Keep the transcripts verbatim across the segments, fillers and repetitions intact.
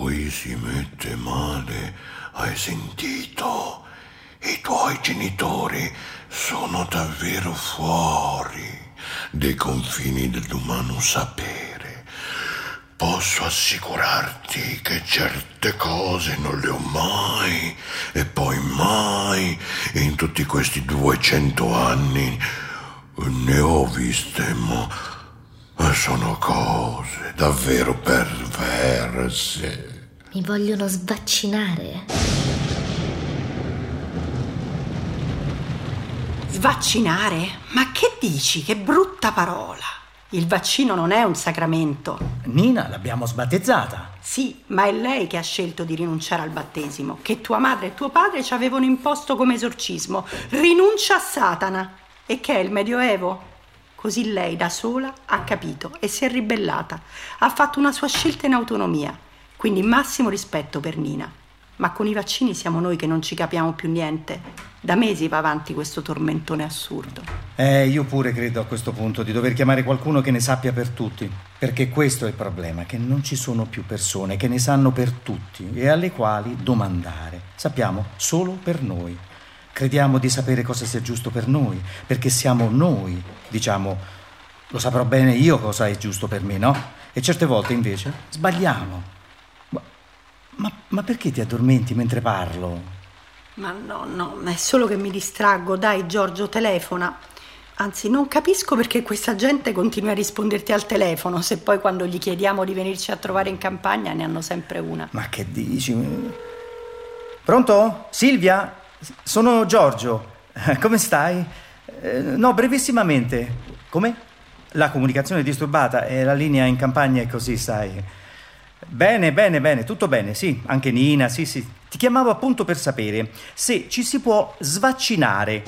qui si mette male, hai sentito? I tuoi genitori sono davvero fuori dei confini dell'umano sapere. Posso assicurarti che certe cose non le ho mai e poi mai in tutti questi duecento anni ne ho viste, ma sono cose davvero perverse. Mi vogliono svaccinare. Svaccinare? Ma che dici? Che brutta parola! Il vaccino non è un sacramento. Nina l'abbiamo sbattezzata. Sì, ma è lei che ha scelto di rinunciare al battesimo, che tua madre e tuo padre ci avevano imposto come esorcismo. Rinuncia a Satana. E che è il Medioevo? Così lei da sola ha capito e si è ribellata. Ha fatto una sua scelta in autonomia. Quindi massimo rispetto per Nina. Ma con i vaccini siamo noi che non ci capiamo più niente. Da mesi va avanti questo tormentone assurdo. Eh, io pure credo a questo punto di dover chiamare qualcuno che ne sappia per tutti. Perché questo è il problema, che non ci sono più persone che ne sanno per tutti e alle quali domandare. Sappiamo solo per noi. Crediamo di sapere cosa sia giusto per noi, perché siamo noi, diciamo, lo saprò bene io cosa è giusto per me, no? E certe volte invece sbagliamo. Ma, ma, ma perché ti addormenti mentre parlo? Ma no, no, è solo che mi distraggo. Dai, Giorgio, telefona. Anzi, non capisco perché questa gente continua a risponderti al telefono, se poi quando gli chiediamo di venirci a trovare in campagna ne hanno sempre una. Ma che dici? Pronto? Silvia? Sono Giorgio. Come stai? Eh, no, brevissimamente. Come? La comunicazione è disturbata e la linea in campagna è così, sai. Bene, bene, bene, tutto bene, sì, anche Nina, sì, sì. Ti chiamavo appunto per sapere se ci si può svaccinare.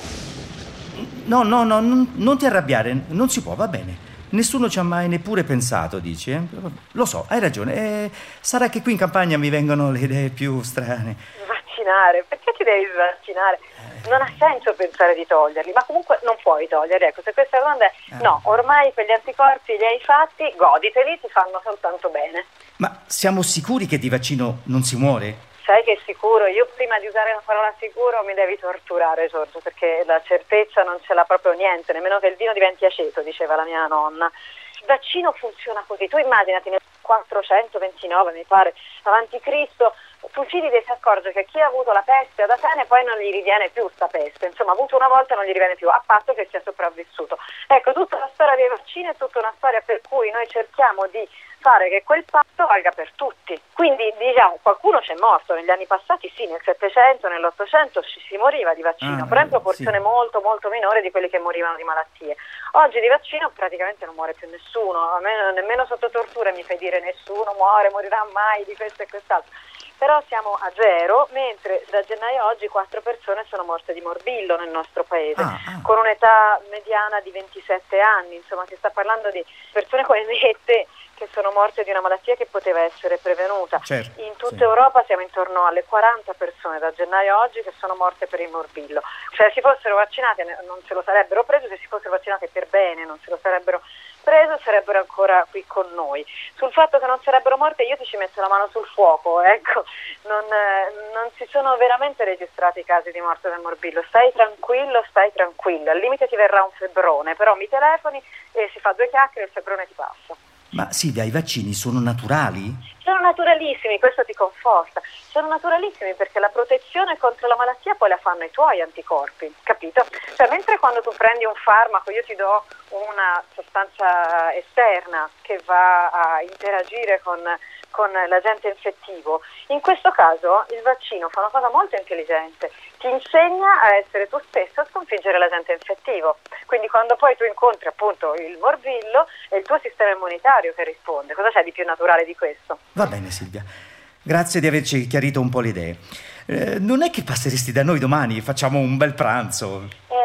No, no, no, non, non ti arrabbiare, non si può, va bene. Nessuno ci ha mai neppure pensato, dici, eh? Lo so, hai ragione. Eh, sarà che qui in campagna mi vengono le idee più strane. Svaccinare? Perché ti devi svaccinare? Non ha senso pensare di toglierli, ma comunque non puoi toglierli. Ecco, se questa domanda è no, ormai quegli anticorpi li hai fatti, goditeli, ti fanno soltanto bene. Ma siamo sicuri che di vaccino non si muore? Sai che è sicuro? Io prima di usare la parola sicuro mi devi torturare, Giorgio, perché la certezza non ce l'ha proprio niente, nemmeno che il vino diventi aceto, diceva la mia nonna. Il vaccino funziona così. Tu immaginati nel quattrocentoventinove, mi pare, avanti Cristo, Tucidide si accorge che chi ha avuto la peste ad Atene poi non gli riviene più sta peste, insomma, avuto una volta non gli riviene più, a patto che sia sopravvissuto. Ecco, tutta la storia dei vaccini è tutta una storia per cui noi cerchiamo di fare che quel patto valga per tutti. Quindi, diciamo, qualcuno c'è morto negli anni passati, sì, nel Settecento, nell'Ottocento ci si moriva di vaccino, ah, però in proporzione sì. molto, molto minore di quelli che morivano di malattie. Oggi di vaccino praticamente non muore più nessuno, a me nemmeno sotto tortura mi fai dire nessuno muore, morirà mai di questo e quest'altro. Però siamo a zero, mentre da gennaio a oggi quattro persone sono morte di morbillo nel nostro paese, ah, ah. con un'età mediana di ventisette anni, insomma si sta parlando di persone come me e te che sono morte di una malattia che poteva essere prevenuta. Certo, in tutta sì. Europa siamo intorno alle quaranta persone da gennaio a oggi che sono morte per il morbillo. Cioè, se si fossero vaccinate non se lo sarebbero preso, se si fossero vaccinate per bene non se lo sarebbero preso, sarebbero ancora qui con noi. Sul fatto che non sarebbero morte io ti ci metto la mano sul fuoco, ecco, non, eh, non si sono veramente registrati casi di morte del morbillo. Stai tranquillo, stai tranquillo, al limite ti verrà un febbrone, però mi telefoni e si fa due chiacchiere e il febbrone ti passa. Ma Silvia, i vaccini sono naturali? Sono naturalissimi, questo ti conforta. Sono naturalissimi perché la protezione contro la malattia poi la fanno i tuoi anticorpi, capito? Cioè, mentre quando tu prendi un farmaco, io ti do una sostanza esterna che va a interagire con, con l'agente infettivo, in questo caso il vaccino fa una cosa molto intelligente, ti insegna a essere tu stesso a sconfiggere l'agente infettivo. Quindi quando poi tu incontri appunto il morbillo è il tuo sistema immunitario che risponde. Cosa c'è di più naturale di questo? Va bene Silvia, grazie di averci chiarito un po' le idee. Eh, non è che passeresti da noi domani e facciamo un bel pranzo? Eh, domani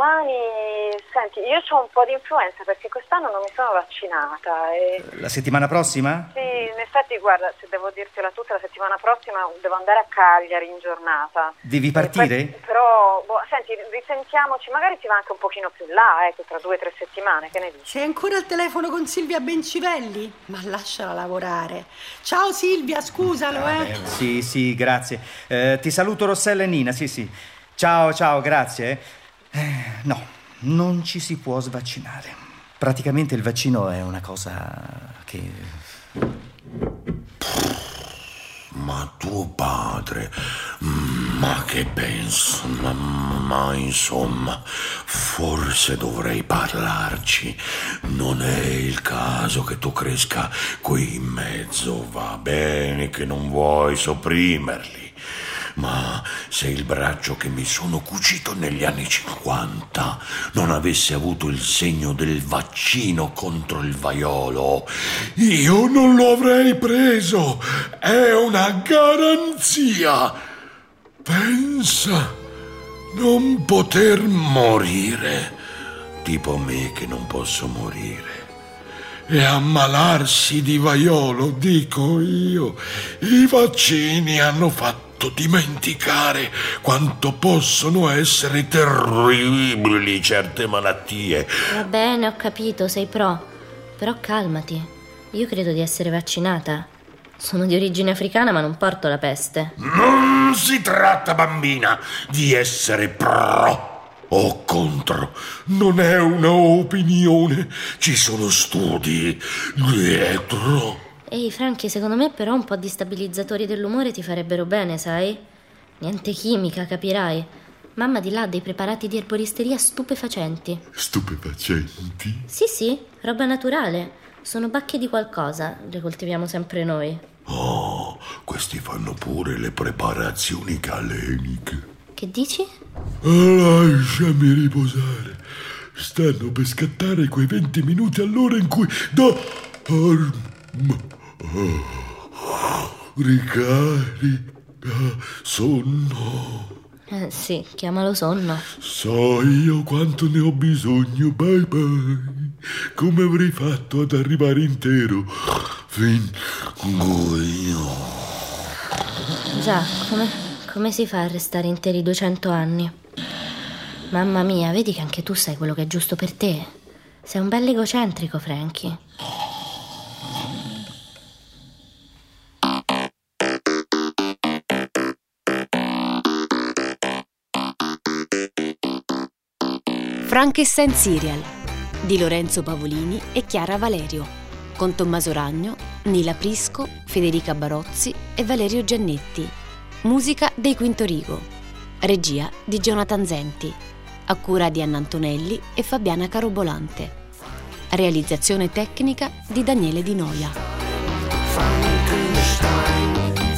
domani, senti, io ho un po' di influenza perché quest'anno non mi sono vaccinata. E... La settimana prossima? Sì, in effetti, guarda, se devo dirtela tutta, la settimana prossima devo andare a Cagliari in giornata. Devi partire? Poi, però, boh, senti, risentiamoci, magari si va anche un pochino più in là, ecco, tra due o tre settimane, che ne dici? Sei ancora al telefono con Silvia Bencivelli? Ma lasciala lavorare. Ciao Silvia, scusalo, eh. Sì, sì, grazie. Eh, ti saluto Rossella e Nina, sì, sì. Ciao, ciao, grazie. Eh, no, non ci si può svaccinare. Praticamente il vaccino è una cosa che... Ma tuo padre, ma che penso, ma, ma insomma, forse dovrei parlarci. Non è il caso che tu cresca qui in mezzo, va bene che non vuoi sopprimerli. Ma se il braccio che mi sono cucito negli anni cinquanta non avesse avuto il segno del vaccino contro il vaiolo, io non lo avrei preso. È una garanzia. Pensa, non poter morire, tipo me che non posso morire. E ammalarsi di vaiolo, dico io. I vaccini hanno fatto dimenticare quanto possono essere terribili certe malattie. Va bene, ho capito, sei pro. Però calmati. Io credo di essere vaccinata. Sono di origine africana, ma non porto la peste. Non si tratta, bambina, di essere pro o contro. Non è una opinione. Ci sono studi dietro. Ehi, Franchi, secondo me però un po' di stabilizzatori dell'umore ti farebbero bene, sai? Niente chimica, capirai. Mamma di là ha dei preparati di erboristeria stupefacenti. Stupefacenti? Sì, sì, roba naturale. Sono bacche di qualcosa, le coltiviamo sempre noi. Oh, questi fanno pure le preparazioni caleniche. Che dici? Lasciami riposare. Stanno per scattare quei venti minuti all'ora in cui do... ricarica sonno. Eh sì, chiamalo sonno. So io quanto ne ho bisogno. Bye bye. Come avrei fatto ad arrivare intero fin qui? Già, come, come si fa a restare interi duecento anni? Mamma mia, vedi che anche tu sai quello che è giusto per te. Sei un bel egocentrico, Frankie. Frankenstein Serial di Lorenzo Pavolini e Chiara Valerio, con Tommaso Ragno, Nila Prisco, Federica Barozzi e Valerio Giannetti. Musica dei Quinto Rigo. Regia di Jonathan Zenti. A cura di Anna Antonelli e Fabiana Carobolante. Realizzazione tecnica di Daniele Di Noia. Frankenstein.